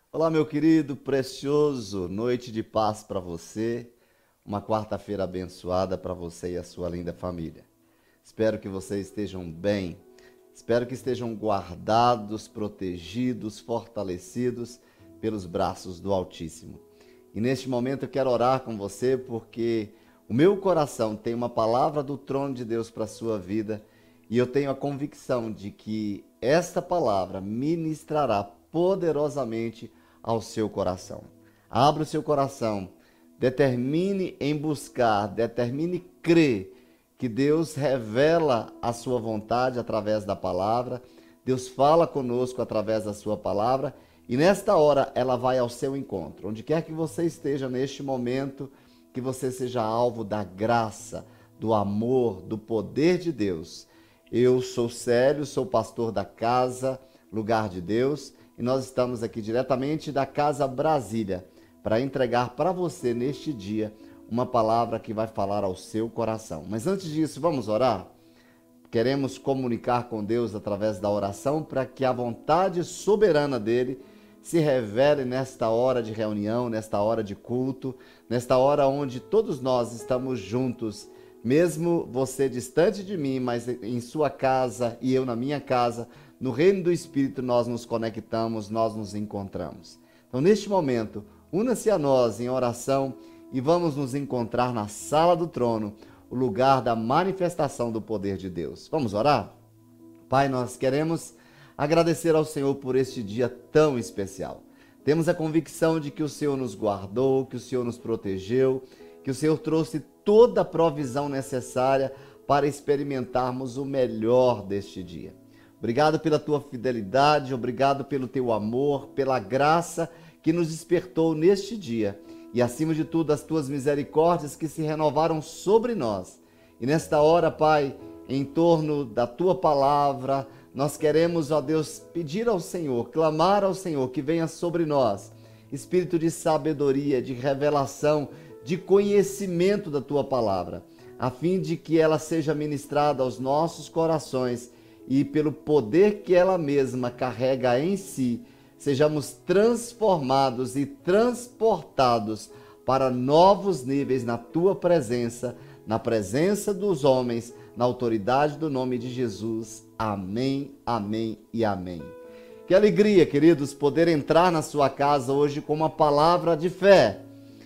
Olá, meu querido, precioso, noite de paz para você, uma quarta-feira abençoada para você e a sua linda família. Espero que vocês estejam bem, espero que estejam guardados, protegidos, fortalecidos pelos braços do Altíssimo. E neste momento eu quero orar com você porque o meu coração tem uma palavra do trono de Deus para a sua vida e eu tenho a convicção de que esta palavra ministrará poderosamente ao seu coração. Abra o seu coração, determine em buscar, determine crer que Deus revela a sua vontade através da palavra, Deus fala conosco através da sua palavra e nesta hora ela vai ao seu encontro. Onde quer que você esteja neste momento, que você seja alvo da graça, do amor, do poder de Deus. Eu sou Célio, sou pastor da Casa Lugar de Deus e nós estamos aqui diretamente da Casa Brasília para entregar para você neste dia uma palavra que vai falar ao seu coração. Mas antes disso, vamos orar? Queremos comunicar com Deus através da oração para que a vontade soberana dele se revele nesta hora de reunião, nesta hora de culto, nesta hora onde todos nós estamos juntos, mesmo você distante de mim, mas em sua casa e eu na minha casa, no reino do Espírito nós nos conectamos, nós nos encontramos. Então, neste momento, una-se a nós em oração e vamos nos encontrar na sala do trono, o lugar da manifestação do poder de Deus. Vamos orar? Pai, nós queremos agradecer ao Senhor por este dia tão especial. Temos a convicção de que o Senhor nos guardou, que o Senhor nos protegeu, que o Senhor trouxe toda a provisão necessária para experimentarmos o melhor deste dia. Obrigado pela tua fidelidade, obrigado pelo teu amor, pela graça que nos despertou neste dia e, acima de tudo, as tuas misericórdias que se renovaram sobre nós. E nesta hora, Pai, em torno da tua palavra, nós queremos, ó Deus, pedir ao Senhor, clamar ao Senhor que venha sobre nós espírito de sabedoria, de revelação, de conhecimento da tua palavra, a fim de que ela seja ministrada aos nossos corações e pelo poder que ela mesma carrega em si, sejamos transformados e transportados para novos níveis na tua presença, na presença dos homens, na autoridade do nome de Jesus. Amém, amém e amém. Que alegria, queridos, poder entrar na sua casa hoje com uma palavra de fé.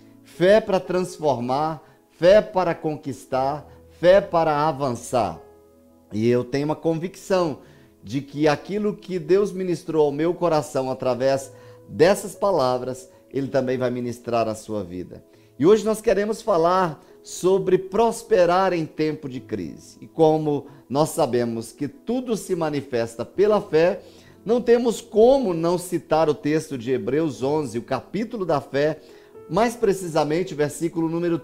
Fé para transformar, fé para conquistar, fé para avançar. E eu tenho uma convicção de que aquilo que Deus ministrou ao meu coração através dessas palavras, Ele também vai ministrar à sua vida. E hoje nós queremos falar sobre prosperar em tempo de crise. E como nós sabemos que tudo se manifesta pela fé, não temos como não citar o texto de Hebreus 11, o capítulo da fé, mais precisamente o versículo número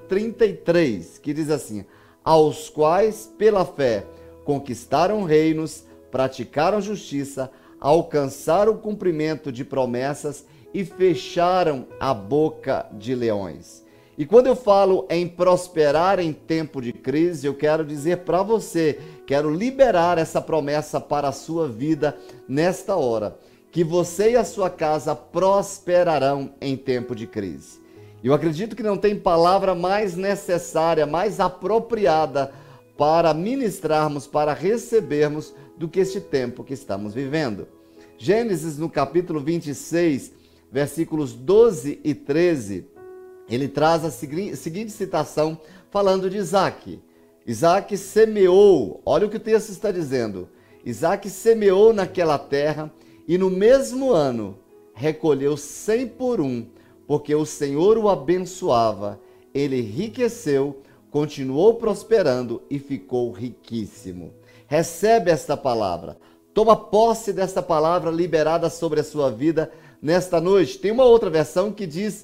33, que diz assim: aos quais pela fé conquistaram reinos, praticaram justiça, alcançaram o cumprimento de promessas e fecharam a boca de leões. E quando eu falo em prosperar em tempo de crise, eu quero dizer para você, quero liberar essa promessa para a sua vida nesta hora, que você e a sua casa prosperarão em tempo de crise. Eu acredito que não tem palavra mais necessária, mais apropriada para ministrarmos, para recebermos do que este tempo que estamos vivendo. Gênesis, no capítulo 26, versículos 12 e 13, ele traz a seguinte citação falando de Isaac. Isaac semeou, olha o que o texto está dizendo, Isaac semeou naquela terra e no mesmo ano recolheu 100 por um, porque o Senhor o abençoava, ele enriqueceu, continuou prosperando e ficou riquíssimo. Recebe esta palavra, toma posse desta palavra liberada sobre a sua vida nesta noite. Tem uma outra versão que diz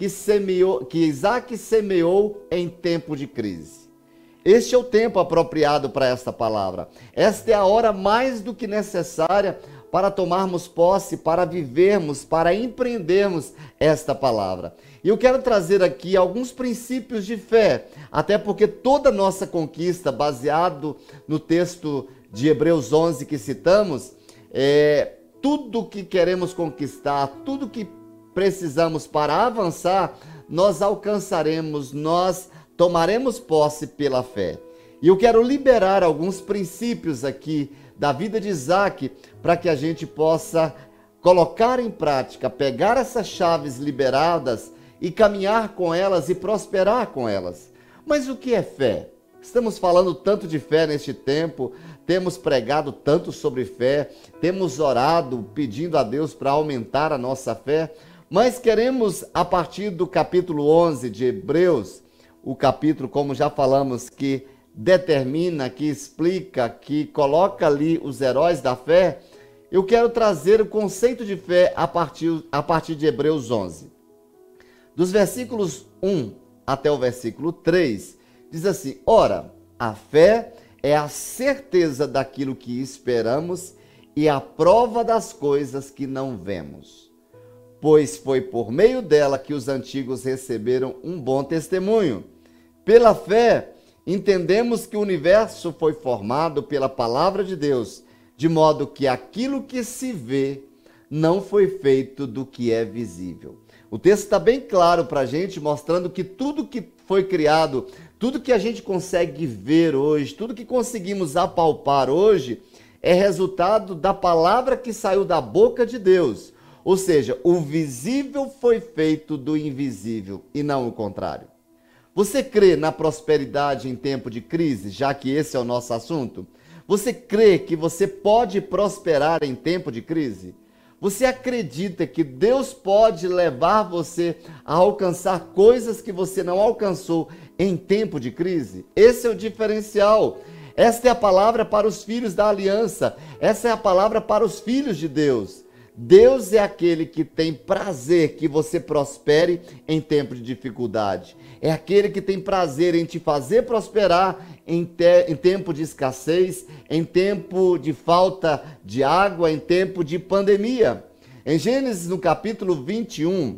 que Isaac semeou em tempo de crise. Este é o tempo apropriado para esta palavra. Esta é a hora mais do que necessária para tomarmos posse, para vivermos, para empreendermos esta palavra. E eu quero trazer aqui alguns princípios de fé, até porque toda nossa conquista, baseado no texto de Hebreus 11 que citamos, tudo que queremos conquistar, tudo que precisamos para avançar, nós alcançaremos, nós tomaremos posse pela fé. E eu quero liberar alguns princípios aqui da vida de Isaac para que a gente possa colocar em prática, pegar essas chaves liberadas e caminhar com elas e prosperar com elas. Mas o que é fé? Estamos falando tanto de fé neste tempo, temos pregado tanto sobre fé, temos orado pedindo a Deus para aumentar a nossa fé, mas queremos, a partir do capítulo 11 de Hebreus, o capítulo, como já falamos, que determina, que explica, que coloca ali os heróis da fé, eu quero trazer o conceito de fé a partir de Hebreus 11. Dos versículos 1 até o versículo 3, diz assim: ora, a fé é a certeza daquilo que esperamos e a prova das coisas que não vemos. Pois foi por meio dela que os antigos receberam um bom testemunho. Pela fé, entendemos que o universo foi formado pela palavra de Deus, de modo que aquilo que se vê não foi feito do que é visível. O texto está bem claro para a gente, mostrando que tudo que foi criado, tudo que a gente consegue ver hoje, tudo que conseguimos apalpar hoje, é resultado da palavra que saiu da boca de Deus. Ou seja, o visível foi feito do invisível e não o contrário. Você crê na prosperidade em tempo de crise, já que esse é o nosso assunto? Você crê que você pode prosperar em tempo de crise? Você acredita que Deus pode levar você a alcançar coisas que você não alcançou em tempo de crise? Esse é o diferencial. Esta é a palavra para os filhos da aliança. Essa é a palavra para os filhos de Deus. Deus é aquele que tem prazer que você prospere em tempo de dificuldade. É aquele que tem prazer em te fazer prosperar em tempo de escassez, em tempo de falta de água, em tempo de pandemia. Em Gênesis, no capítulo 21,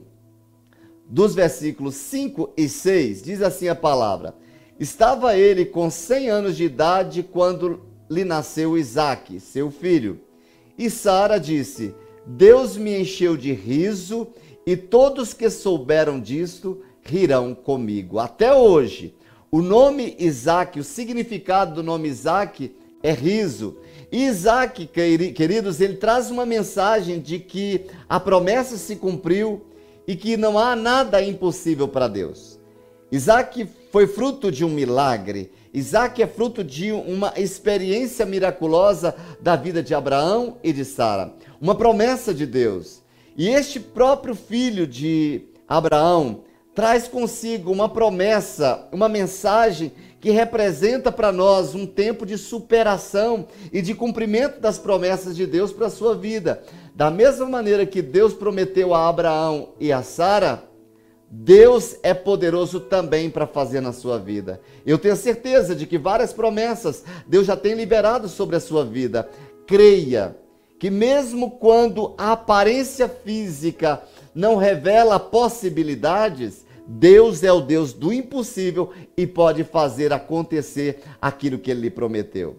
dos versículos 5 e 6, diz assim a palavra: estava ele com 100 anos de idade quando lhe nasceu Isaque, seu filho. E Sara disse: Deus me encheu de riso, e todos que souberam disto rirão comigo. Até hoje, o nome Isaque, o significado do nome Isaque é riso. E Isaque, queridos, ele traz uma mensagem de que a promessa se cumpriu e que não há nada impossível para Deus. Isaque foi fruto de um milagre. Isaque é fruto de uma experiência miraculosa da vida de Abraão e de Sara. Uma promessa de Deus. E este próprio filho de Abraão traz consigo uma promessa, uma mensagem que representa para nós um tempo de superação e de cumprimento das promessas de Deus para a sua vida. Da mesma maneira que Deus prometeu a Abraão e a Sara, Deus é poderoso também para fazer na sua vida. Eu tenho certeza de que várias promessas Deus já tem liberado sobre a sua vida. Creia que mesmo quando a aparência física não revela possibilidades, Deus é o Deus do impossível e pode fazer acontecer aquilo que ele lhe prometeu.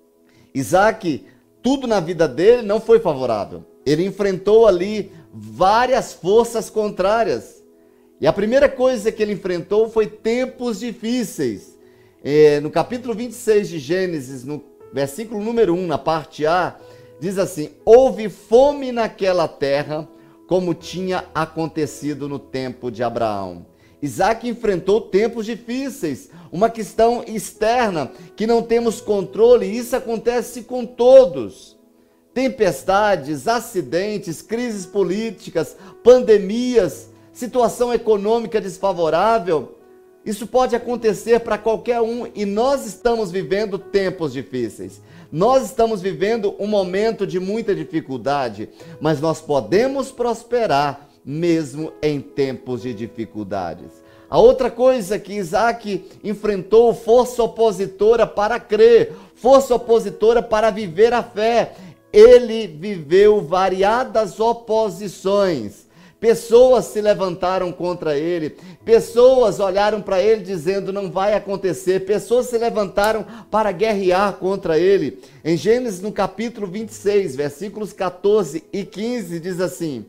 Isaque, tudo na vida dele não foi favorável. Ele enfrentou ali várias forças contrárias. E a primeira coisa que ele enfrentou foi tempos difíceis. No capítulo 26 de Gênesis, no versículo número 1, na parte A, diz assim: houve fome naquela terra, como tinha acontecido no tempo de Abraão. Isaque enfrentou tempos difíceis, uma questão externa que não temos controle, e isso acontece com todos. Tempestades, acidentes, crises políticas, pandemias, situação econômica desfavorável, isso pode acontecer para qualquer um e nós estamos vivendo tempos difíceis. Nós estamos vivendo um momento de muita dificuldade, mas nós podemos prosperar mesmo em tempos de dificuldades. A outra coisa que Isaque enfrentou, força opositora para crer, força opositora para viver a fé. Ele viveu variadas oposições. Pessoas se levantaram contra ele, pessoas olharam para ele dizendo não vai acontecer, pessoas se levantaram para guerrear contra ele. Em Gênesis, no capítulo 26, versículos 14 e 15, diz assim: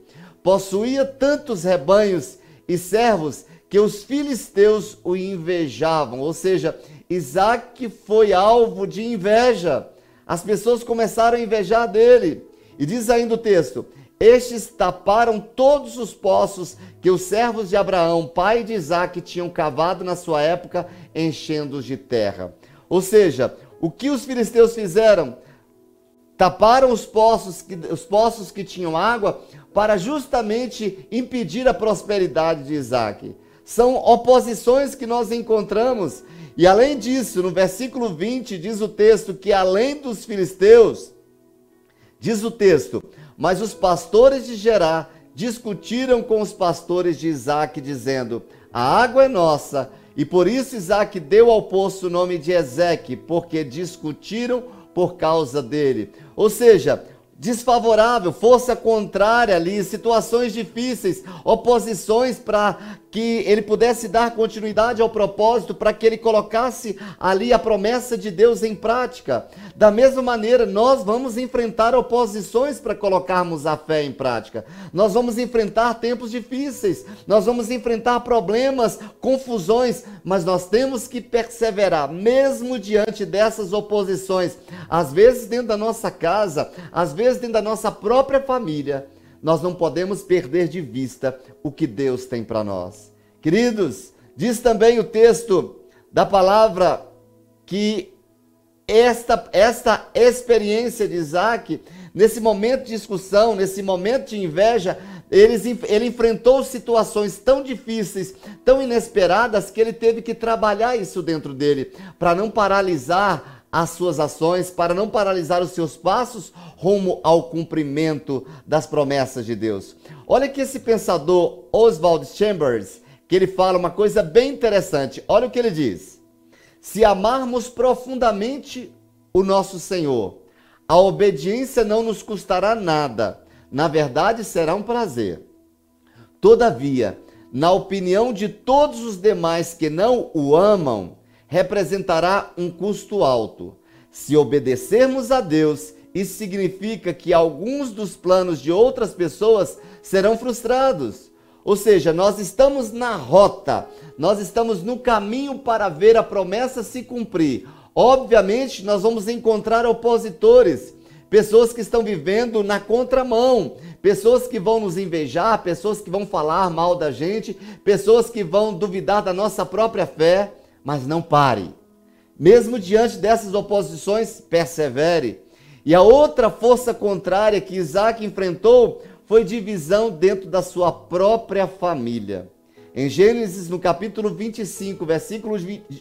possuía tantos rebanhos e servos que os filisteus o invejavam. Ou seja, Isaque foi alvo de inveja. As pessoas começaram a invejar dele. E diz ainda o texto: estes taparam todos os poços que os servos de Abraão, pai de Isaque, tinham cavado na sua época, enchendo-os de terra. Ou seja, o que os filisteus fizeram? Taparam os poços que tinham água para justamente impedir a prosperidade de Isaque. São oposições que nós encontramos. E além disso, no versículo 20, diz o texto que além dos filisteus, diz o texto, mas os pastores de Gerá discutiram com os pastores de Isaque, dizendo: a água é nossa, e por isso Isaque deu ao poço o nome de Ezeque, porque discutiram por causa dele. Ou seja, desfavorável, força contrária ali, situações difíceis, oposições para que ele pudesse dar continuidade ao propósito, para que ele colocasse ali a promessa de Deus em prática. Da mesma maneira, nós vamos enfrentar oposições para colocarmos a fé em prática. Nós vamos enfrentar tempos difíceis, nós vamos enfrentar problemas, confusões, mas nós temos que perseverar, mesmo diante dessas oposições. Às vezes dentro da nossa casa, às vezes dentro da nossa própria família, nós não podemos perder de vista o que Deus tem para nós. Queridos, diz também o texto da palavra que esta experiência de Isaque, nesse momento de discussão, nesse momento de inveja, ele enfrentou situações tão difíceis, tão inesperadas, que ele teve que trabalhar isso dentro dele, para não paralisar as suas ações, para não paralisar os seus passos rumo ao cumprimento das promessas de Deus. Olha que esse pensador Oswald Chambers, que ele fala uma coisa bem interessante. Olha o que ele diz: se amarmos profundamente o nosso Senhor, a obediência não nos custará nada, na verdade será um prazer. Todavia, na opinião de todos os demais que não o amam, representará um custo alto. Se obedecermos a Deus, isso significa que alguns dos planos de outras pessoas serão frustrados. Ou seja, nós estamos na rota, nós estamos no caminho para ver a promessa se cumprir. Obviamente, nós vamos encontrar opositores, pessoas que estão vivendo na contramão, pessoas que vão nos invejar, pessoas que vão falar mal da gente, pessoas que vão duvidar da nossa própria fé. Mas não pare. Mesmo diante dessas oposições, persevere. E a outra força contrária que Isaque enfrentou foi divisão dentro da sua própria família. Em Gênesis, no capítulo 25, versículo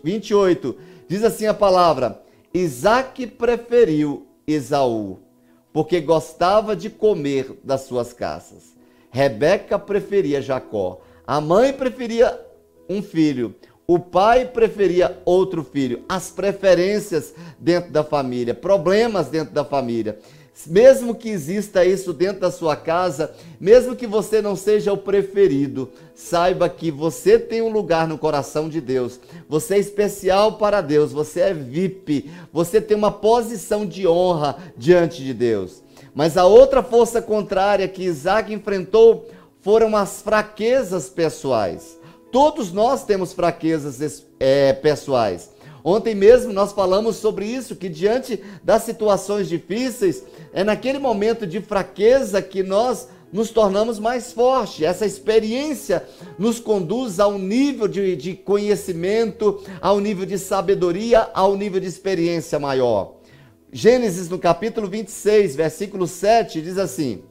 28, diz assim a palavra: Isaque preferiu Esaú, porque gostava de comer das suas caças. Rebeca preferia Jacó. A mãe preferia um filho. O pai preferia outro filho. As preferências dentro da família, problemas dentro da família. Mesmo que exista isso dentro da sua casa, mesmo que você não seja o preferido, saiba que você tem um lugar no coração de Deus. Você é especial para Deus, você é VIP, você tem uma posição de honra diante de Deus. Mas a outra força contrária que Isaque enfrentou foram as fraquezas pessoais. Todos nós temos fraquezas pessoais. Ontem mesmo nós falamos sobre isso, que diante das situações difíceis, é naquele momento de fraqueza que nós nos tornamos mais fortes. Essa experiência nos conduz a um nível de conhecimento, a um nível de sabedoria, a um nível de experiência maior. Gênesis, no capítulo 26, versículo 7, diz assim: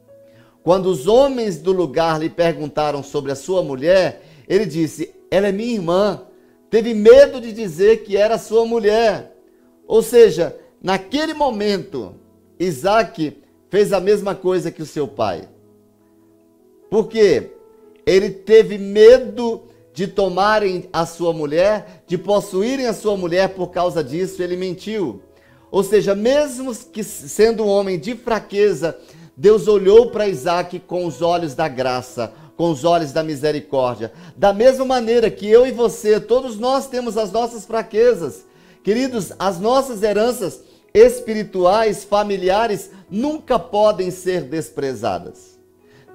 quando os homens do lugar lhe perguntaram sobre a sua mulher, ele disse: ela é minha irmã. Teve medo de dizer que era sua mulher. Ou seja, naquele momento, Isaque fez a mesma coisa que o seu pai. Por quê? Ele teve medo de tomarem a sua mulher, de possuírem a sua mulher. Por causa disso, ele mentiu. Ou seja, mesmo que sendo um homem de fraqueza, Deus olhou para Isaque com os olhos da graça, com os olhos da misericórdia. Da mesma maneira que eu e você, todos nós temos as nossas fraquezas. Queridos, as nossas heranças espirituais, familiares, nunca podem ser desprezadas.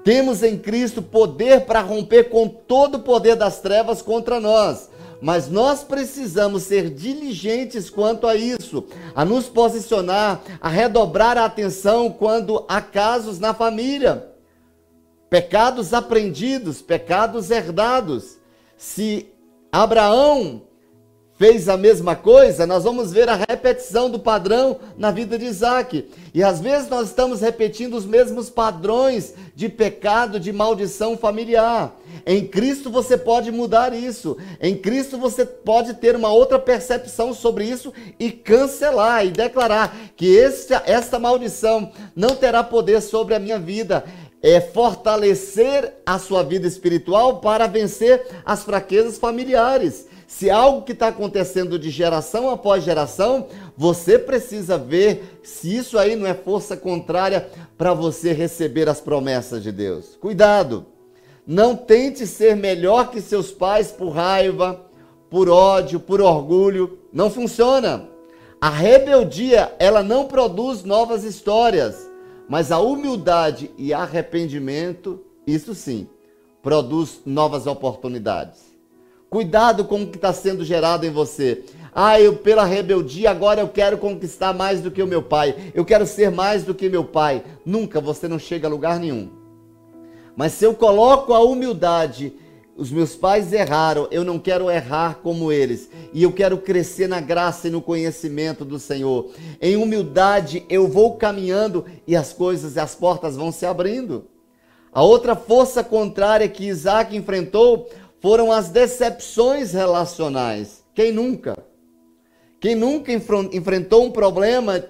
Temos em Cristo poder para romper com todo o poder das trevas contra nós. Mas nós precisamos ser diligentes quanto a isso, a nos posicionar, a redobrar a atenção quando há casos na família. Pecados aprendidos, pecados herdados. Se Abraão fez a mesma coisa, nós vamos ver a repetição do padrão na vida de Isaac. E às vezes nós estamos repetindo os mesmos padrões de pecado, de maldição familiar. Em Cristo você pode mudar isso. Em Cristo você pode ter uma outra percepção sobre isso e cancelar e declarar que esta maldição não terá poder sobre a minha vida. É fortalecer a sua vida espiritual para vencer as fraquezas familiares. Se algo que está acontecendo de geração após geração, você precisa ver se isso aí não é força contrária para você receber as promessas de Deus. Cuidado! Não tente ser melhor que seus pais por raiva, por ódio, por orgulho. Não funciona. A rebeldia, ela não produz novas histórias, mas a humildade e arrependimento, isso sim, produz novas oportunidades. Cuidado com o que está sendo gerado em você. Eu pela rebeldia agora eu quero conquistar mais do que o meu pai. Eu quero ser mais do que meu pai. Nunca, você não chega a lugar nenhum. Mas se eu coloco a humildade, os meus pais erraram, eu não quero errar como eles. E eu quero crescer na graça e no conhecimento do Senhor. Em humildade eu vou caminhando e as coisas e as portas vão se abrindo. A outra força contrária que Isaac enfrentou foram as decepções relacionais. Quem nunca? Quem nunca enfrentou um problema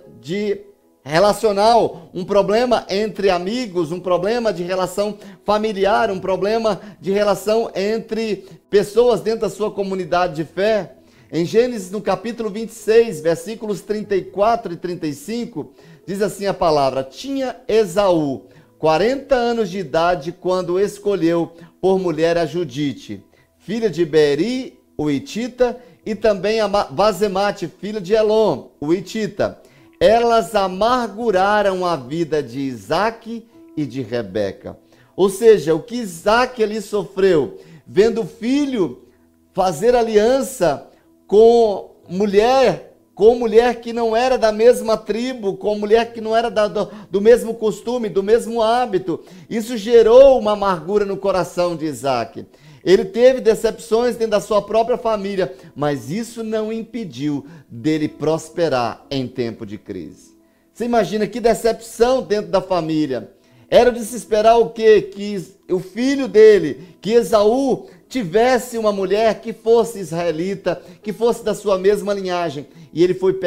relacional, um problema entre amigos, um problema de relação familiar, um problema de relação entre pessoas dentro da sua comunidade de fé? Em Gênesis, no capítulo 26, versículos 34 e 35, diz assim a palavra: tinha Esaú 40 anos de idade quando escolheu por mulher a Judite, filha de Beeri, o Hitita, e também a Basemate, filha de Elon, o Hitita. Elas amarguraram a vida de Isaac e de Rebeca. Ou seja, o que Isaac ali sofreu, vendo o filho fazer aliança com mulher que não era da mesma tribo, com mulher que não era do mesmo costume, do mesmo hábito. Isso gerou uma amargura no coração de Isaac. Ele teve decepções dentro da sua própria família, mas isso não impediu dele prosperar em tempo de crise. Você imagina que decepção dentro da família. Era de se esperar o quê? Que o filho dele, que Esaú, tivesse uma mulher que fosse israelita, que fosse da sua mesma linhagem. E ele foi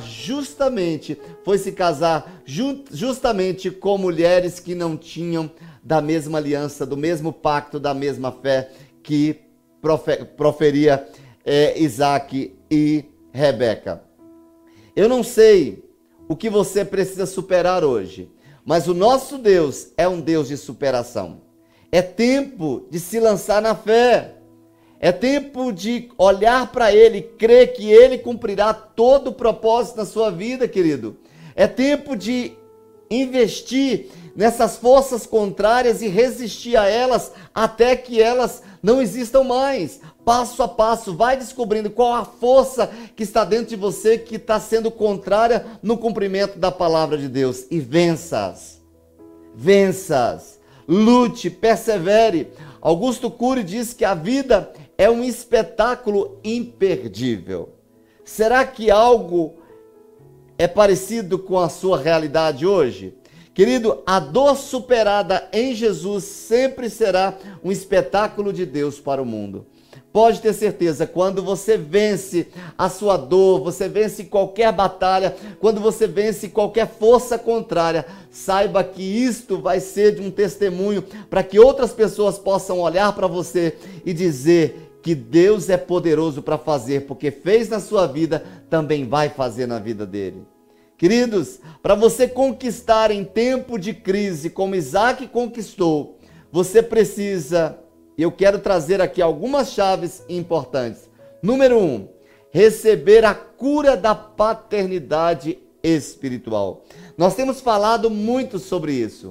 foi se casar justamente com mulheres que não tinham da mesma aliança, do mesmo pacto, da mesma fé que proferia Isaac e Rebeca. Eu não sei o que você precisa superar hoje, mas o nosso Deus é um Deus de superação. É tempo de se lançar na fé. É tempo de olhar para Ele, crer que Ele cumprirá todo o propósito na sua vida, querido. É tempo de investir nessas forças contrárias e resistir a elas até que elas não existam mais. Passo a passo, vai descobrindo qual a força que está dentro de você que está sendo contrária no cumprimento da palavra de Deus. E vença-as. Vença-as. Lute, persevere. Augusto Cury diz que a vida é um espetáculo imperdível. Será que algo é parecido com a sua realidade hoje? Querido, a dor superada em Jesus sempre será um espetáculo de Deus para o mundo. Pode ter certeza, quando você vence a sua dor, você vence qualquer batalha, quando você vence qualquer força contrária, saiba que isto vai ser de um testemunho para que outras pessoas possam olhar para você e dizer que Deus é poderoso para fazer, porque fez na sua vida, também vai fazer na vida dele. Queridos, para você conquistar em tempo de crise, como Isaac conquistou, você precisa, e eu quero trazer aqui algumas chaves importantes. Número 1, receber a cura da paternidade espiritual. Nós temos falado muito sobre isso.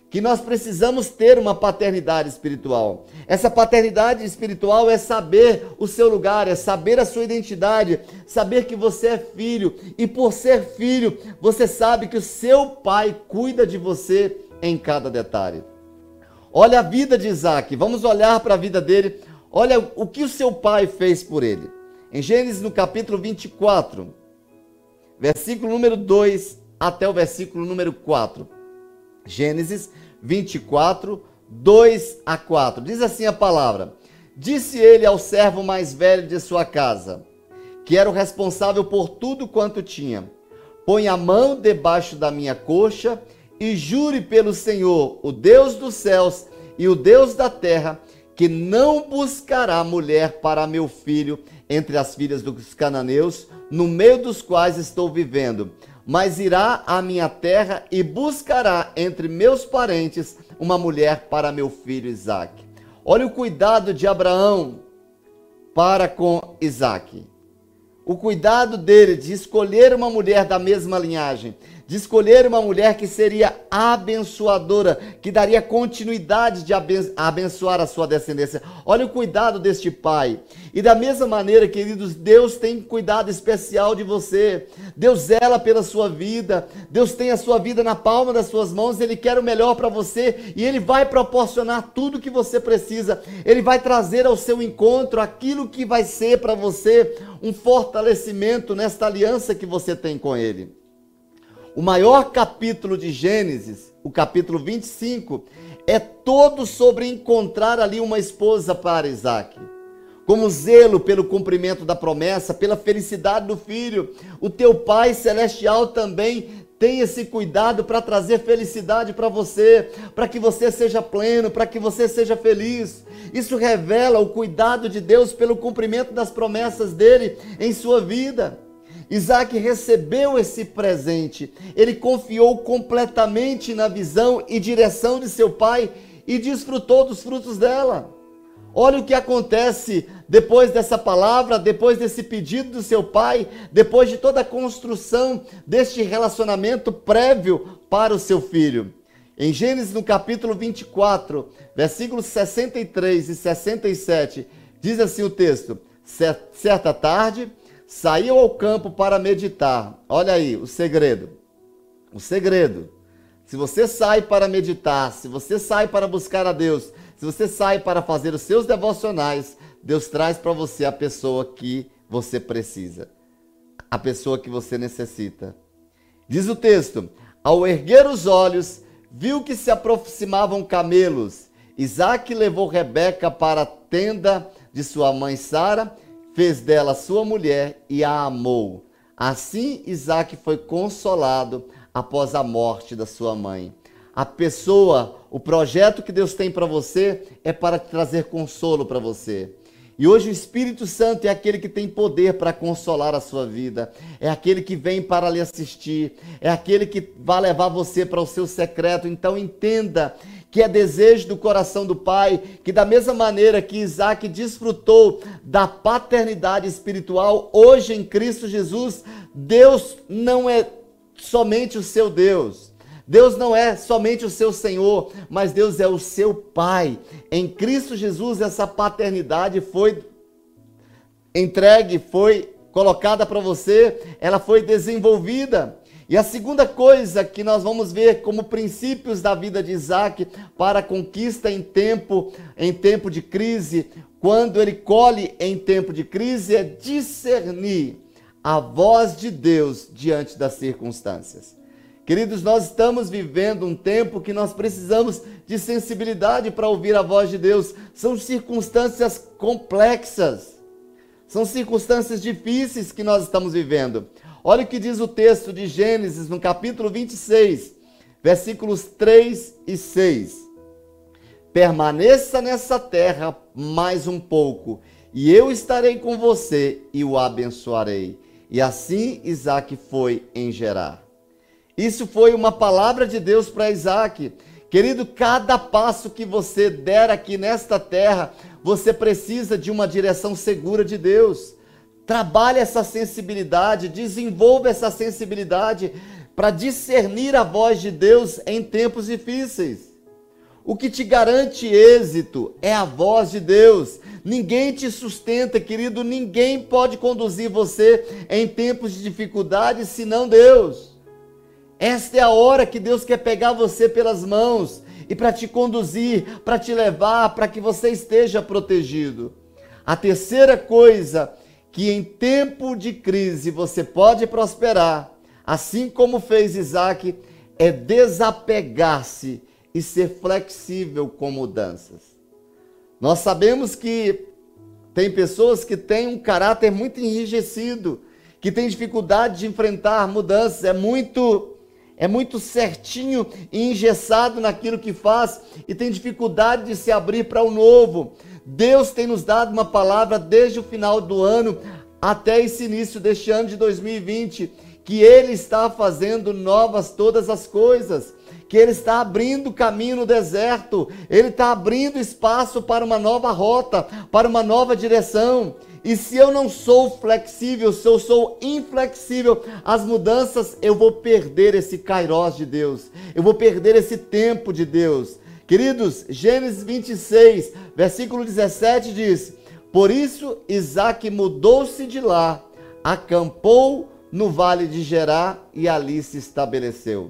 que nós precisamos ter uma paternidade espiritual. Essa paternidade espiritual é saber o seu lugar, é saber a sua identidade, saber que você é filho, e por ser filho, você sabe que o seu pai cuida de você em cada detalhe. Olha a vida de Isaac, vamos olhar para a vida dele, olha o que o seu pai fez por ele. Em Gênesis, no capítulo 24, versículo número 2 até o versículo número 4. Gênesis 24, 2 a 4. Diz assim a palavra: Disse ele ao servo mais velho de sua casa, que era o responsável por tudo quanto tinha: Põe a mão debaixo da minha coxa e jure pelo Senhor, o Deus dos céus e o Deus da terra, que não buscará mulher para meu filho entre as filhas dos cananeus, no meio dos quais estou vivendo, mas irá à minha terra e buscará entre meus parentes uma mulher para meu filho Isaque. Olha o cuidado de Abraão para com Isaque. O cuidado dele de escolher uma mulher da mesma linhagem, de escolher uma mulher que seria abençoadora, que daria continuidade de abençoar a sua descendência. Olha o cuidado deste pai. E da mesma maneira, queridos, Deus tem cuidado especial de você. Deus zela pela sua vida. Deus tem a sua vida na palma das suas mãos. Ele quer o melhor para você e Ele vai proporcionar tudo que você precisa. Ele vai trazer ao seu encontro aquilo que vai ser para você um fortalecimento nesta aliança que você tem com Ele. O maior capítulo de Gênesis, o capítulo 25, é todo sobre encontrar ali uma esposa para Isaque. Como zelo pelo cumprimento da promessa, pela felicidade do filho, o teu Pai Celestial também tem esse cuidado para trazer felicidade para você, para que você seja pleno, para que você seja feliz. Isso revela o cuidado de Deus pelo cumprimento das promessas dele em sua vida. Isaac recebeu esse presente, ele confiou completamente na visão e direção de seu pai e desfrutou dos frutos dela. Olha o que acontece depois dessa palavra, depois desse pedido do seu pai, depois de toda a construção deste relacionamento prévio para o seu filho. Em Gênesis, no capítulo 24, versículos 63 e 67, diz assim o texto: Certa tarde, saiu ao campo para meditar. Olha aí o segredo. O segredo. Se você sai para meditar, se você sai para buscar a Deus, se você sai para fazer os seus devocionais, Deus traz para você a pessoa que você precisa, a pessoa que você necessita. Diz o texto: Ao erguer os olhos, viu que se aproximavam camelos. Isaque levou Rebeca para a tenda de sua mãe Sara, fez dela sua mulher e a amou. Assim Isaque foi consolado após a morte da sua mãe. A pessoa, o projeto que Deus tem para você é para trazer consolo para você. E hoje o Espírito Santo é aquele que tem poder para consolar a sua vida. É aquele que vem para lhe assistir. É aquele que vai levar você para o seu secreto. Então entenda que é desejo do coração do Pai, que da mesma maneira que Isaac desfrutou da paternidade espiritual, hoje em Cristo Jesus, Deus não é somente o seu Deus. Deus não é somente o seu Senhor, mas Deus é o seu Pai. Em Cristo Jesus, essa paternidade foi entregue, foi colocada para você, ela foi desenvolvida. E a segunda coisa que nós vamos ver como princípios da vida de Isaac para a conquista em tempo de crise, quando ele colhe em tempo de crise, é discernir a voz de Deus diante das circunstâncias. Queridos, nós estamos vivendo um tempo que nós precisamos de sensibilidade para ouvir a voz de Deus. São circunstâncias complexas, são circunstâncias difíceis que nós estamos vivendo. Olha o que diz o texto de Gênesis, no capítulo 26, versículos 3 e 6. Permaneça nessa terra mais um pouco, e eu estarei com você e o abençoarei. E assim Isaque foi em Gerar. Isso foi uma palavra de Deus para Isaac. Querido, cada passo que você der aqui nesta terra, você precisa de uma direção segura de Deus. Trabalhe essa sensibilidade, desenvolva essa sensibilidade para discernir a voz de Deus em tempos difíceis. O que te garante êxito é a voz de Deus. Ninguém te sustenta, querido, ninguém pode conduzir você em tempos de dificuldade senão Deus. Esta é a hora que Deus quer pegar você pelas mãos e para te conduzir, para te levar, para que você esteja protegido. A terceira coisa que em tempo de crise você pode prosperar, assim como fez Isaac, é desapegar-se e ser flexível com mudanças. Nós sabemos que tem pessoas que têm um caráter muito enrijecido, que têm dificuldade de enfrentar mudanças, é muito certinho e engessado naquilo que faz e tem dificuldade de se abrir para o novo. Deus tem nos dado uma palavra desde o final do ano até esse início deste ano de 2020, que Ele está fazendo novas todas as coisas, que Ele está abrindo caminho no deserto, Ele está abrindo espaço para uma nova rota, para uma nova direção. E se eu não sou flexível, se eu sou inflexível às mudanças, eu vou perder esse kairós de Deus, eu vou perder esse tempo de Deus. Queridos, Gênesis 26, versículo 17 diz: por isso Isaac mudou-se de lá, acampou no vale de Gerá e ali se estabeleceu.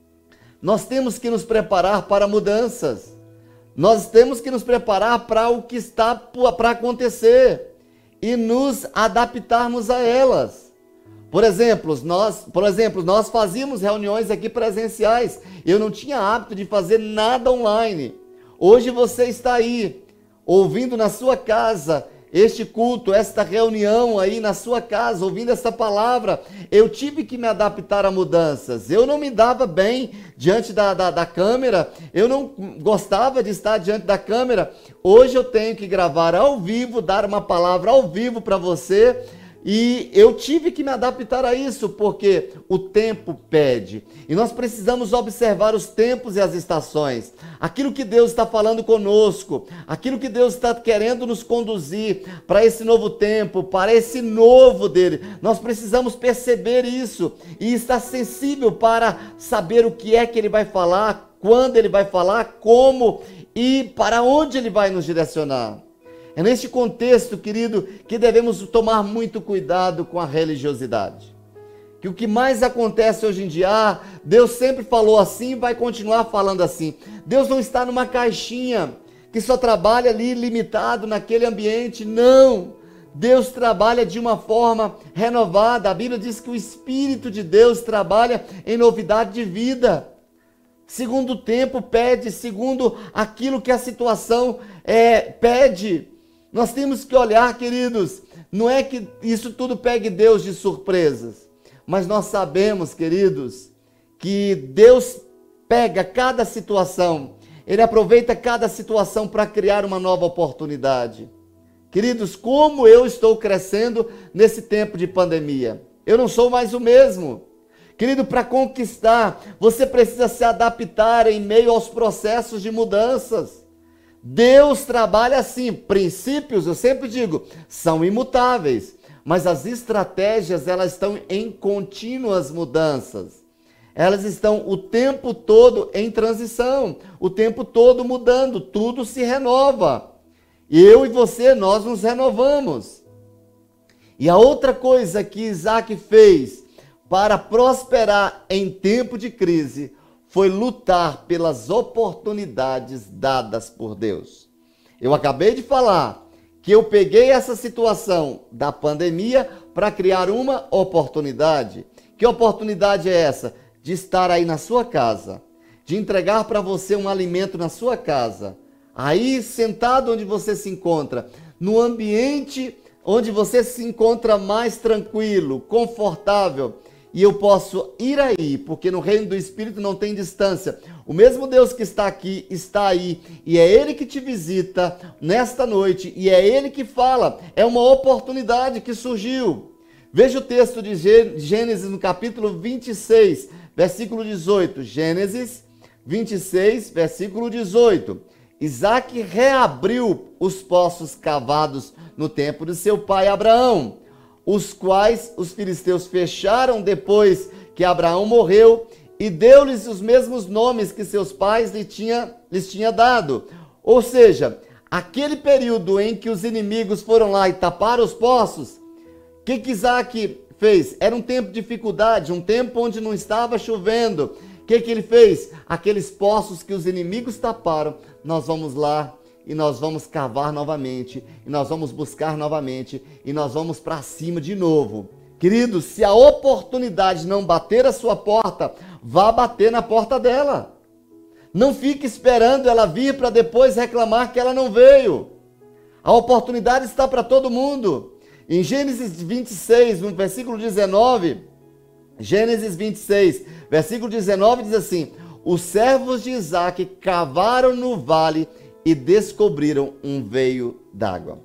Nós temos que nos preparar para mudanças. Nós temos que nos preparar para o que está para acontecer e nos adaptarmos a elas. Por exemplo, nós fazíamos reuniões aqui presenciais. Eu não tinha hábito de fazer nada online. Hoje você está aí, ouvindo na sua casa este culto, esta reunião aí na sua casa, ouvindo essa palavra. Eu tive que me adaptar a mudanças. Eu não me dava bem diante da câmera, eu não gostava de estar diante da câmera. Hoje eu tenho que gravar ao vivo, dar uma palavra ao vivo para você. E eu tive que me adaptar a isso, porque o tempo pede. E nós precisamos observar os tempos e as estações. Aquilo que Deus está falando conosco, aquilo que Deus está querendo nos conduzir para esse novo tempo, para esse novo dele. Nós precisamos perceber isso e estar sensível para saber o que é que ele vai falar, quando ele vai falar, como e para onde ele vai nos direcionar. É neste contexto, querido, que devemos tomar muito cuidado com a religiosidade. Que o que mais acontece hoje em dia, Deus sempre falou assim e vai continuar falando assim. Deus não está numa caixinha que só trabalha ali limitado naquele ambiente, não. Deus trabalha de uma forma renovada. A Bíblia diz que o Espírito de Deus trabalha em novidade de vida. Segundo o tempo pede, segundo aquilo que a situação pede. Nós temos que olhar, queridos, não é que isso tudo pegue Deus de surpresas, mas nós sabemos, queridos, que Deus pega cada situação, Ele aproveita cada situação para criar uma nova oportunidade. Queridos, como eu estou crescendo nesse tempo de pandemia? Eu não sou mais o mesmo. Querido, para conquistar, você precisa se adaptar em meio aos processos de mudanças. Deus trabalha assim. Princípios, eu sempre digo, são imutáveis, mas as estratégias, elas estão em contínuas mudanças. Elas estão o tempo todo em transição, o tempo todo mudando, tudo se renova. Eu e você, nós nos renovamos. E a outra coisa que Isaac fez para prosperar em tempo de crise foi lutar pelas oportunidades dadas por Deus. Eu acabei de falar que eu peguei essa situação da pandemia para criar uma oportunidade. Que oportunidade é essa? De estar aí na sua casa, de entregar para você um alimento na sua casa, aí sentado onde você se encontra, no ambiente onde você se encontra mais tranquilo, confortável. E eu posso ir aí, porque no reino do Espírito não tem distância. O mesmo Deus que está aqui, está aí. E é Ele que te visita nesta noite. E é Ele que fala. É uma oportunidade que surgiu. Veja o texto de Gênesis no capítulo 26, versículo 18. Gênesis 26, versículo 18. Isaac reabriu os poços cavados no tempo de seu pai Abraão, os quais os filisteus fecharam depois que Abraão morreu, e deu-lhes os mesmos nomes que seus pais lhe lhes tinha dado. Ou seja, aquele período em que os inimigos foram lá e taparam os poços, o que Isaac fez? Era um tempo de dificuldade, um tempo onde não estava chovendo. O que ele fez? Aqueles poços que os inimigos taparam, nós vamos lá e nós vamos cavar novamente, e nós vamos buscar novamente, e nós vamos para cima de novo. Queridos, se a oportunidade não bater a sua porta, vá bater na porta dela. Não fique esperando ela vir para depois reclamar que ela não veio. A oportunidade está para todo mundo. Em Gênesis 26, no versículo 19, Gênesis 26, versículo 19 diz assim: os servos de Isaac cavaram no vale e descobriram um veio d'água.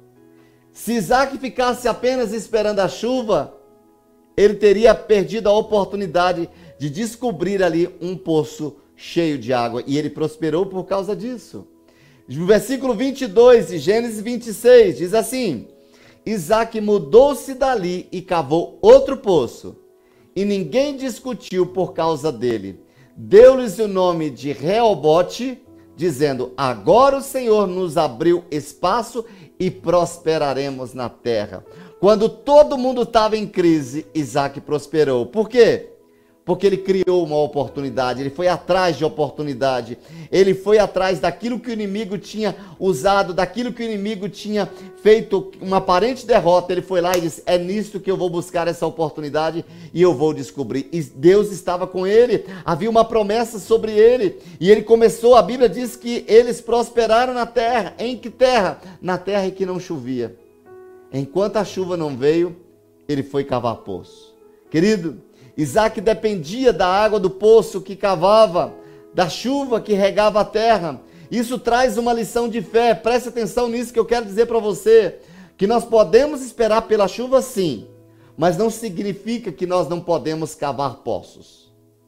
Se Isaac ficasse apenas esperando a chuva, ele teria perdido a oportunidade de descobrir ali um poço cheio de água, e ele prosperou por causa disso. No versículo 22 de Gênesis 26 diz assim: Isaac mudou-se dali e cavou outro poço, e ninguém discutiu por causa dele. Deu-lhes o nome de Reobote, dizendo: agora o Senhor nos abriu espaço e prosperaremos na terra. Quando todo mundo estava em crise, Isaac prosperou. Por quê? Porque ele criou uma oportunidade, ele foi atrás de oportunidade, ele foi atrás daquilo que o inimigo tinha usado, daquilo que o inimigo tinha feito uma aparente derrota. Ele foi lá e disse: é nisto que eu vou buscar essa oportunidade e eu vou descobrir. E Deus estava com ele, havia uma promessa sobre ele, e ele começou, a Bíblia diz que eles prosperaram na terra. Em que terra? Na terra em que não chovia. Enquanto a chuva não veio, ele foi cavar poço. Querido, Isaac dependia da água do poço que cavava, da chuva que regava a terra. Isso traz uma lição de fé. Preste atenção nisso que eu quero dizer para você, que nós podemos esperar pela chuva sim, mas não significa que nós não podemos cavar poços.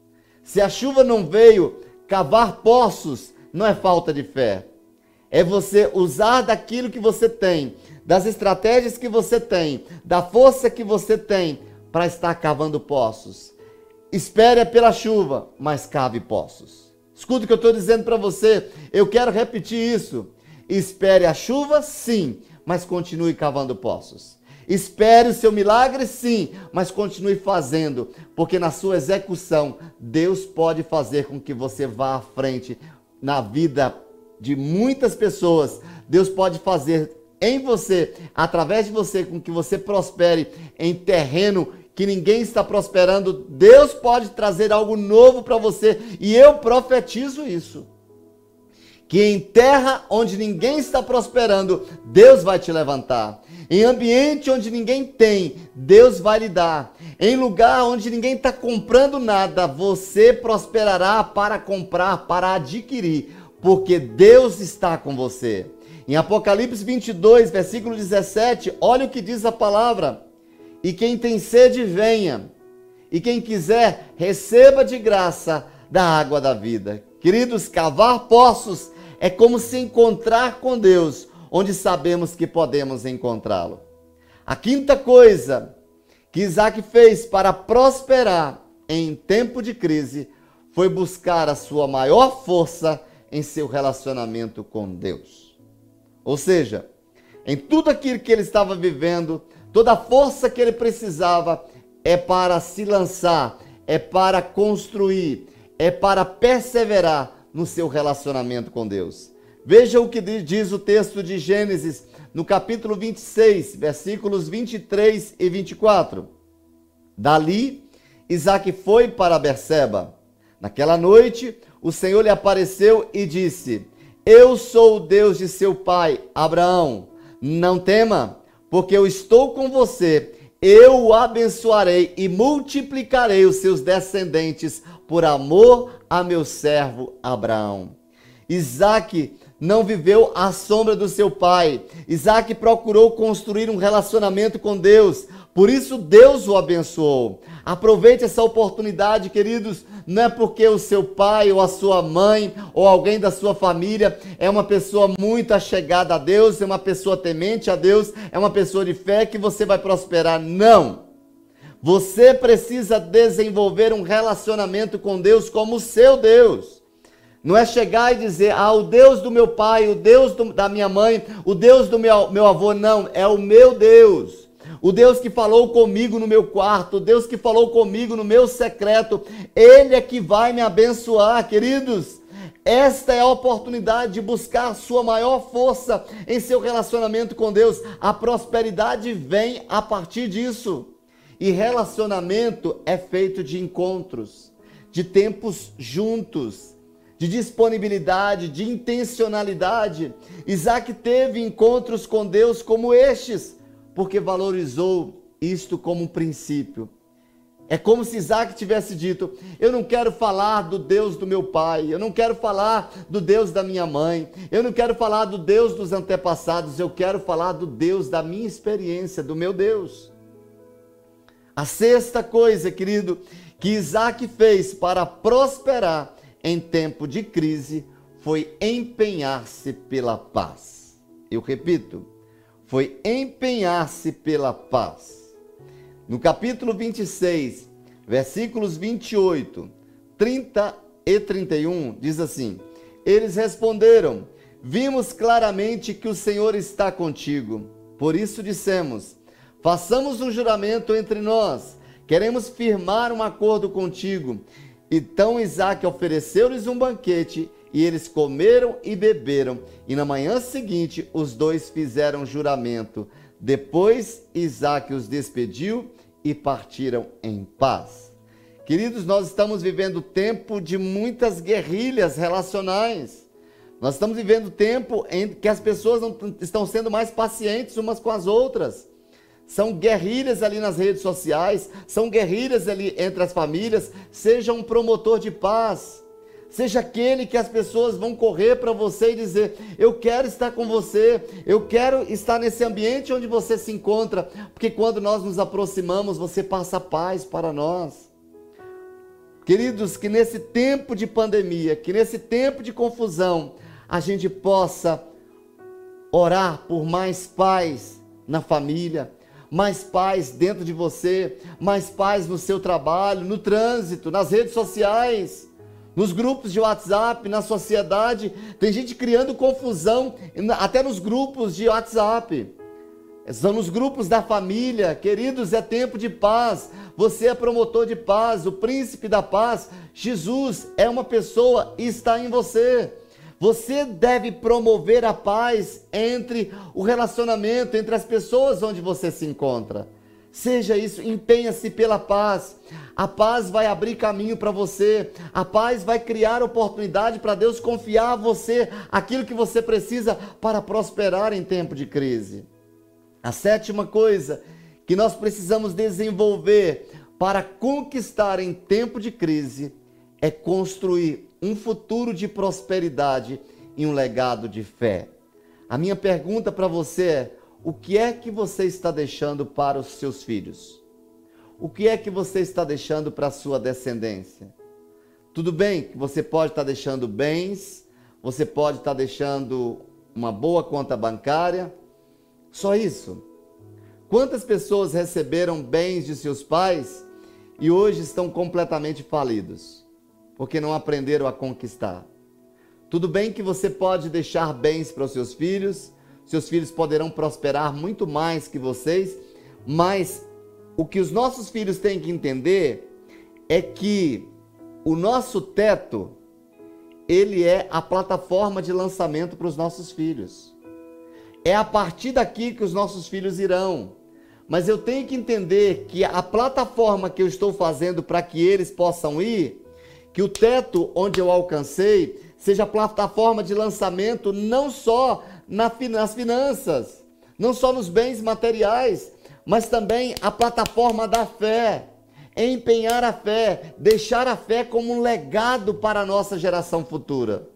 Se a chuva não veio, cavar poços não é falta de fé. É você usar daquilo que você tem, das estratégias que você tem, da força que você tem, para estar cavando poços. Espere pela chuva, mas cave poços. Escuta o que eu estou dizendo para você, eu quero repetir isso. Espere a chuva, sim, mas continue cavando poços. Espere o seu milagre, sim, mas continue fazendo, porque na sua execução, Deus pode fazer com que você vá à frente na vida de muitas pessoas. Deus pode fazer em você, através de você, com que você prospere em terreno que ninguém está prosperando. Deus pode trazer algo novo para você, e eu profetizo isso, que em terra onde ninguém está prosperando, Deus vai te levantar. Em ambiente onde ninguém tem, Deus vai lhe dar. Em lugar onde ninguém está comprando nada, você prosperará para comprar, para adquirir, porque Deus está com você. Em Apocalipse 22, versículo 17, olha o que diz a palavra: e quem tem sede, venha, e quem quiser, receba de graça da água da vida. Queridos, cavar poços é como se encontrar com Deus, onde sabemos que podemos encontrá-lo. A quinta coisa que Isaac fez para prosperar em tempo de crise foi buscar a sua maior força em seu relacionamento com Deus. Ou seja, em tudo aquilo que ele estava vivendo, toda a força que ele precisava é para se lançar, é para construir, é para perseverar no seu relacionamento com Deus. Veja o que diz o texto de Gênesis, no capítulo 26, versículos 23 e 24. Dali, Isaac foi para Berseba. Naquela noite, o Senhor lhe apareceu e disse: eu sou o Deus de seu pai, Abraão. Não tema, porque eu estou com você. Eu o abençoarei e multiplicarei os seus descendentes por amor a meu servo Abraão. Isaac não viveu à sombra do seu pai. Isaac procurou construir um relacionamento com Deus. Por isso Deus o abençoou. Aproveite essa oportunidade, queridos. Não é porque o seu pai ou a sua mãe ou alguém da sua família é uma pessoa muito achegada a Deus, é uma pessoa temente a Deus, é uma pessoa de fé, que você vai prosperar. Não. Você precisa desenvolver um relacionamento com Deus como o seu Deus. Não é chegar e dizer, o Deus do meu pai, o Deus da minha mãe, o Deus do meu avô. Não, é o meu Deus. O Deus que falou comigo no meu quarto, o Deus que falou comigo no meu secreto. Ele é que vai me abençoar, queridos. Esta é a oportunidade de buscar a sua maior força em seu relacionamento com Deus. A prosperidade vem a partir disso. E relacionamento é feito de encontros, de tempos juntos, de disponibilidade, de intencionalidade. Isaac teve encontros com Deus como estes, porque valorizou isto como um princípio. É como se Isaac tivesse dito, eu não quero falar do Deus do meu pai, eu não quero falar do Deus da minha mãe, eu não quero falar do Deus dos antepassados, eu quero falar do Deus da minha experiência, do meu Deus. A sexta coisa, querido, que Isaac fez para prosperar em tempo de crise, foi empenhar-se pela paz. Eu repito, foi empenhar-se pela paz. No capítulo 26, versículos 28, 30 e 31, diz assim, eles responderam, vimos claramente que o Senhor está contigo, por isso dissemos, façamos um juramento entre nós, queremos firmar um acordo contigo. Então Isaac ofereceu-lhes um banquete, e eles comeram e beberam, e na manhã seguinte os dois fizeram juramento. Depois Isaac os despediu e partiram em paz. Queridos, nós estamos vivendo tempo de muitas guerrilhas relacionais. Nós estamos vivendo tempo em que as pessoas não estão sendo mais pacientes umas com as outras. São guerrilhas ali nas redes sociais, são guerrilhas ali entre as famílias. Seja um promotor de paz, seja aquele que as pessoas vão correr para você e dizer, eu quero estar com você, eu quero estar nesse ambiente onde você se encontra, porque quando nós nos aproximamos, você passa paz para nós. Queridos, que nesse tempo de pandemia, que nesse tempo de confusão, a gente possa orar por mais paz na família, mais paz dentro de você, mais paz no seu trabalho, no trânsito, nas redes sociais, nos grupos de WhatsApp, na sociedade. Tem gente criando confusão até nos grupos de WhatsApp. São nos grupos da família. Queridos, é tempo de paz. Você é promotor de paz, o príncipe da paz. Jesus é uma pessoa e está em você. Você deve promover a paz entre o relacionamento, entre as pessoas onde você se encontra. Seja isso, empenha-se pela paz. A paz vai abrir caminho para você. A paz vai criar oportunidade para Deus confiar a você aquilo que você precisa para prosperar em tempo de crise. A sétima coisa que nós precisamos desenvolver para conquistar em tempo de crise é construir um futuro de prosperidade e um legado de fé. A minha pergunta para você é, o que é que você está deixando para os seus filhos? O que é que você está deixando para a sua descendência? Tudo bem que você pode estar deixando bens, você pode estar deixando uma boa conta bancária, só isso. Quantas pessoas receberam bens de seus pais e hoje estão completamente falidos? Porque não aprenderam a conquistar. Tudo bem que você pode deixar bens para os seus filhos poderão prosperar muito mais que vocês, mas o que os nossos filhos têm que entender é que o nosso teto, ele é a plataforma de lançamento para os nossos filhos. É a partir daqui que os nossos filhos irão. Mas eu tenho que entender que a plataforma que eu estou fazendo para que eles possam ir, que o teto onde eu alcancei seja a plataforma de lançamento não só nas finanças, não só nos bens materiais, mas também a plataforma da fé, empenhar a fé, deixar a fé como um legado para a nossa geração futura.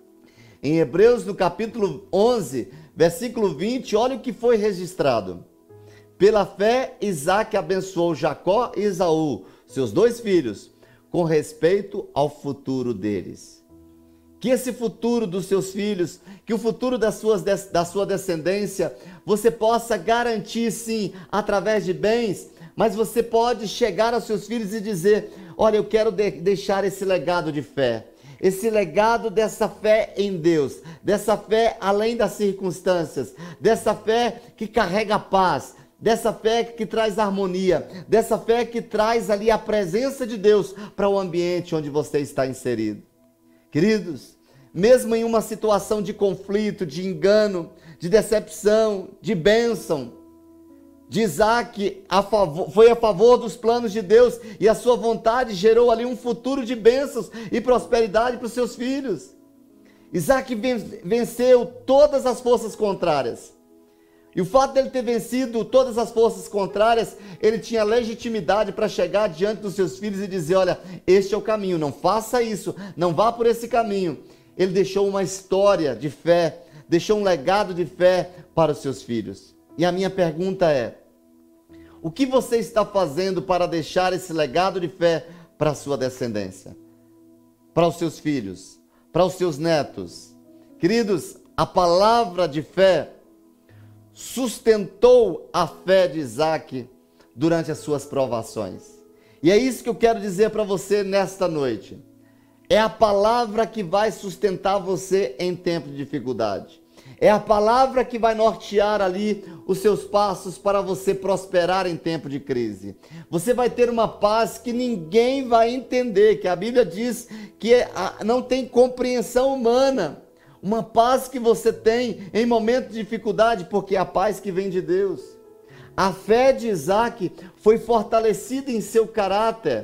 Em Hebreus, no capítulo 11, versículo 20, olha o que foi registrado. Pela fé, Isaac abençoou Jacó e Esaú, seus dois filhos, com respeito ao futuro deles. Que esse futuro dos seus filhos, que o futuro da sua descendência, você possa garantir sim, através de bens, mas você pode chegar aos seus filhos e dizer, olha, eu quero deixar esse legado de fé, esse legado dessa fé em Deus, dessa fé além das circunstâncias, dessa fé que carrega paz, dessa fé que traz harmonia, dessa fé que traz ali a presença de Deus para o ambiente onde você está inserido. Queridos, mesmo em uma situação de conflito, de engano, de decepção, de bênção, de Isaac foi a favor dos planos de Deus e a sua vontade gerou ali um futuro de bênçãos e prosperidade para os seus filhos. Isaac venceu todas as forças contrárias. E o fato dele ter vencido todas as forças contrárias, ele tinha legitimidade para chegar diante dos seus filhos e dizer: olha, este é o caminho, não faça isso, não vá por esse caminho. Ele deixou uma história de fé, deixou um legado de fé para os seus filhos. E a minha pergunta é: o que você está fazendo para deixar esse legado de fé para a sua descendência? Para os seus filhos, para os seus netos? Queridos, a palavra de fé sustentou a fé de Isaac durante as suas provações. E é isso que eu quero dizer para você nesta noite. É a palavra que vai sustentar você em tempo de dificuldade. É a palavra que vai nortear ali os seus passos para você prosperar em tempo de crise. Você vai ter uma paz que ninguém vai entender, que a Bíblia diz que não tem compreensão humana. Uma paz que você tem em momentos de dificuldade, porque é a paz que vem de Deus. A fé de Isaac foi fortalecida em seu caráter.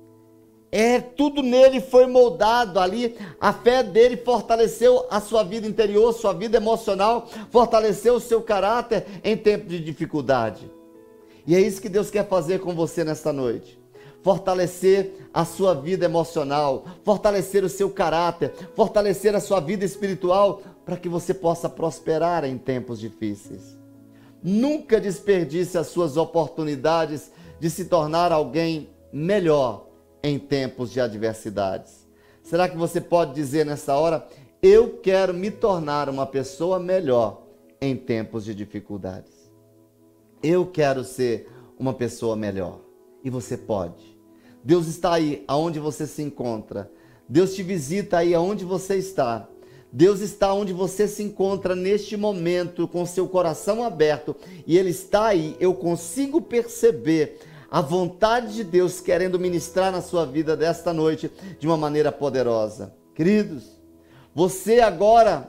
Tudo nele foi moldado ali. A fé dele fortaleceu a sua vida interior, sua vida emocional, fortaleceu o seu caráter em tempo de dificuldade. E é isso que Deus quer fazer com você nesta noite. Fortalecer a sua vida emocional, fortalecer o seu caráter, fortalecer a sua vida espiritual, para que você possa prosperar em tempos difíceis. Nunca desperdice as suas oportunidades de se tornar alguém melhor em tempos de adversidades. Será que você pode dizer nessa hora: eu quero me tornar uma pessoa melhor em tempos de dificuldades? Eu quero ser uma pessoa melhor. E você pode. Deus está aí aonde você se encontra. Deus te visita aí aonde você está. Deus está onde você se encontra neste momento, com seu coração aberto. E Ele está aí. Eu consigo perceber a vontade de Deus querendo ministrar na sua vida desta noite de uma maneira poderosa. Queridos, você agora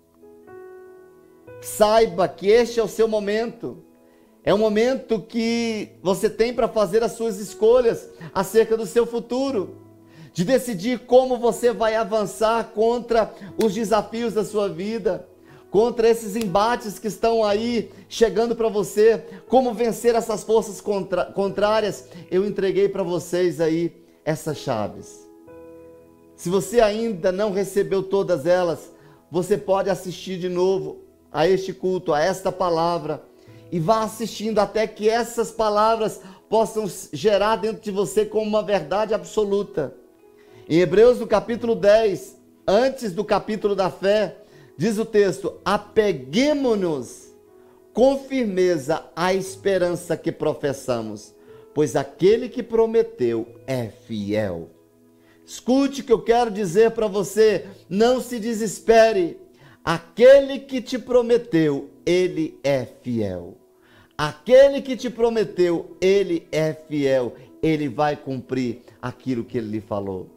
saiba que este é o seu momento. É um momento que você tem para fazer as suas escolhas acerca do seu futuro, de decidir como você vai avançar contra os desafios da sua vida, contra esses embates que estão aí chegando para você, como vencer essas forças contrárias. Eu entreguei para vocês aí essas chaves. Se você ainda não recebeu todas elas, você pode assistir de novo a este culto, a esta palavra, e vá assistindo até que essas palavras possam gerar dentro de você como uma verdade absoluta. Em Hebreus, no capítulo 10, antes do capítulo da fé, diz o texto: apeguemo-nos com firmeza à esperança que professamos, pois aquele que prometeu é fiel. Escute o que eu quero dizer para você, não se desespere. Aquele que te prometeu, Ele é fiel. Aquele que te prometeu, Ele é fiel. Ele vai cumprir aquilo que Ele lhe falou.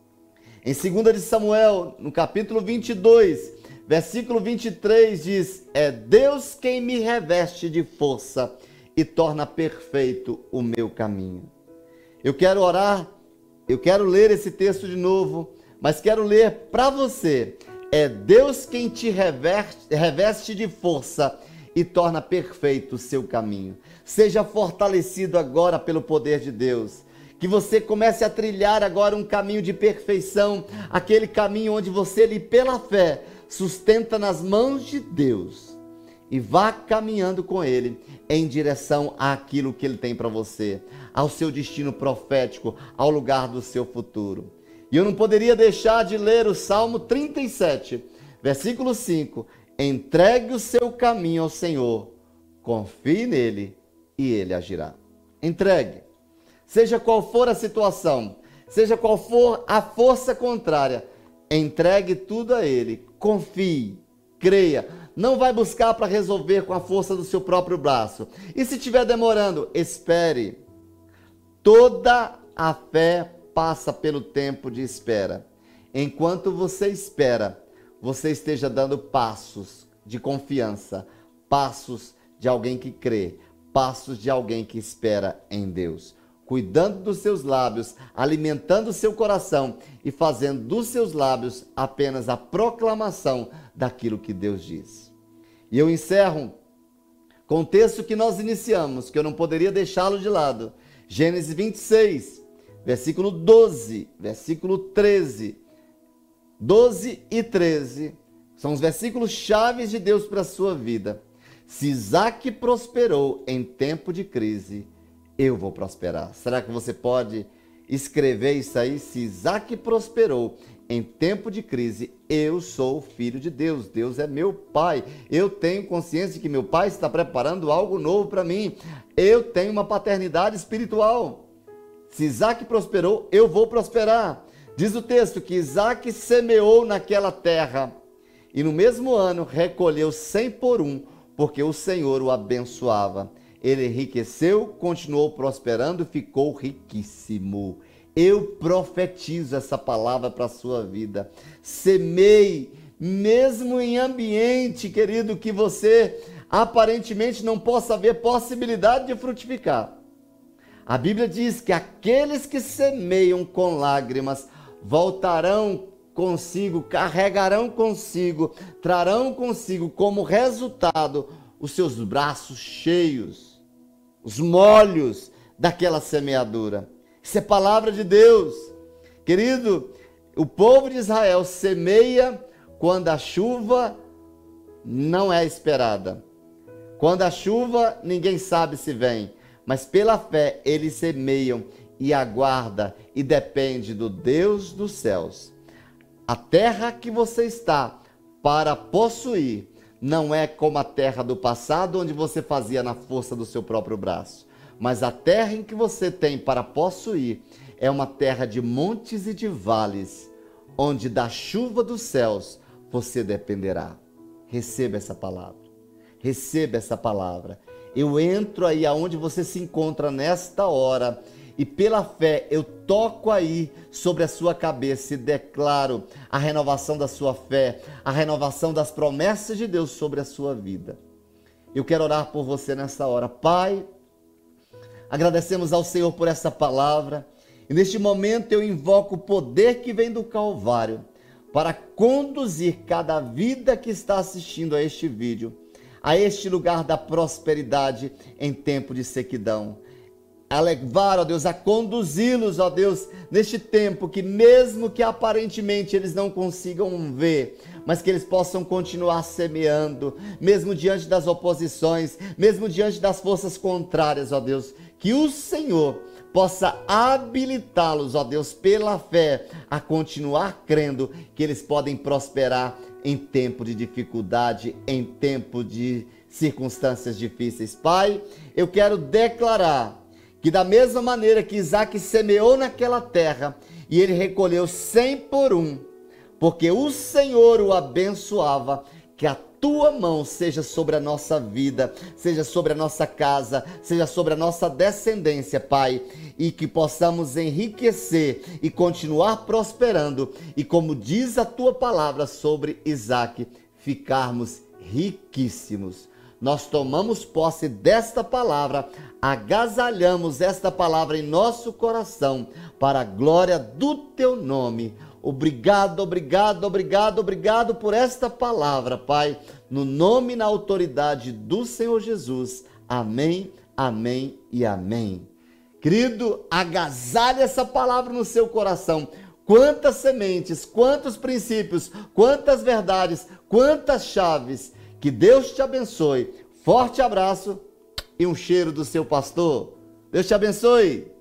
Em 2 de Samuel, no capítulo 22, versículo 23, diz: é Deus quem me reveste de força e torna perfeito o meu caminho. Eu quero orar, eu quero ler esse texto de novo, mas quero ler para você. É Deus quem te reveste de força e torna perfeito o seu caminho. Seja fortalecido agora pelo poder de Deus. Que você comece a trilhar agora um caminho de perfeição, aquele caminho onde você, pela fé, sustenta nas mãos de Deus e vá caminhando com Ele em direção àquilo que Ele tem para você, ao seu destino profético, ao lugar do seu futuro. E eu não poderia deixar de ler o Salmo 37, versículo 5. Entregue o seu caminho ao Senhor, confie nele e Ele agirá. Entregue. Seja qual for a situação, seja qual for a força contrária, Entregue tudo a Ele. Confie, creia. Não vai buscar para resolver com a força do seu próprio braço. E se estiver demorando, espere. Toda a fé passa pelo tempo de espera. Enquanto você espera, você esteja dando passos de confiança, passos de alguém que crê, passos de alguém que espera em Deus. Cuidando dos seus lábios, alimentando o seu coração e fazendo dos seus lábios apenas a proclamação daquilo que Deus diz. E eu encerro com o texto que nós iniciamos, que eu não poderia deixá-lo de lado. Gênesis 26, versículo 12, versículo 13. 12 e 13 são os versículos chaves de Deus para a sua vida. Se Isaac prosperou em tempo de crise, eu vou prosperar. Será que você pode escrever isso aí? Se Isaac prosperou em tempo de crise, eu sou filho de Deus. Deus é meu pai. Eu tenho consciência de que meu pai está preparando algo novo para mim. Eu tenho uma paternidade espiritual. Se Isaac prosperou, eu vou prosperar. Diz o texto que Isaac semeou naquela terra e no mesmo ano recolheu 100 por 1, porque o Senhor o abençoava. Ele enriqueceu, continuou prosperando e ficou riquíssimo. Eu profetizo essa palavra para a sua vida. Semeie, mesmo em ambiente, querido, que você aparentemente não possa ver possibilidade de frutificar. A Bíblia diz que aqueles que semeiam com lágrimas voltarão consigo, carregarão consigo, trarão consigo como resultado os seus braços cheios, os molhos daquela semeadura. Isso é palavra de Deus. Querido, o povo de Israel semeia quando a chuva não é esperada. Quando a chuva, ninguém sabe se vem, mas pela fé eles semeiam e aguarda e depende do Deus dos céus. A terra que você está para possuir não é como a terra do passado, onde você fazia na força do seu próprio braço. Mas a terra em que você tem para possuir é uma terra de montes e de vales, onde da chuva dos céus você dependerá. Receba essa palavra. Receba essa palavra. Eu entro aí aonde você se encontra nesta hora e pela fé eu toco aí sobre a sua cabeça e declaro a renovação da sua fé, a renovação das promessas de Deus sobre a sua vida. Eu quero orar por você nessa hora. Pai, agradecemos ao Senhor por essa palavra e neste momento eu invoco o poder que vem do Calvário para conduzir cada vida que está assistindo a este vídeo a este lugar da prosperidade em tempo de sequidão. A levar, ó Deus, a conduzi-los, ó Deus, neste tempo que mesmo que aparentemente eles não consigam ver, mas que eles possam continuar semeando, mesmo diante das oposições, mesmo diante das forças contrárias, ó Deus, que o Senhor possa habilitá-los, ó Deus, pela fé, a continuar crendo que eles podem prosperar em tempo de dificuldade, em tempo de circunstâncias difíceis. Pai, eu quero declarar que da mesma maneira que Isaac semeou naquela terra e ele recolheu 100 por 1, porque o Senhor o abençoava, que a tua mão seja sobre a nossa vida, seja sobre a nossa casa, seja sobre a nossa descendência, Pai, e que possamos enriquecer e continuar prosperando, e como diz a tua palavra sobre Isaac, ficarmos riquíssimos. Nós tomamos posse desta palavra, agasalhamos esta palavra em nosso coração, para a glória do teu nome. Obrigado, obrigado, obrigado, obrigado por esta palavra, Pai, no nome e na autoridade do Senhor Jesus. Amém, amém e amém. Querido, agasalhe essa palavra no seu coração. Quantas sementes, quantos princípios, quantas verdades, quantas chaves. Que Deus te abençoe. Forte abraço e um cheiro do seu pastor. Deus te abençoe.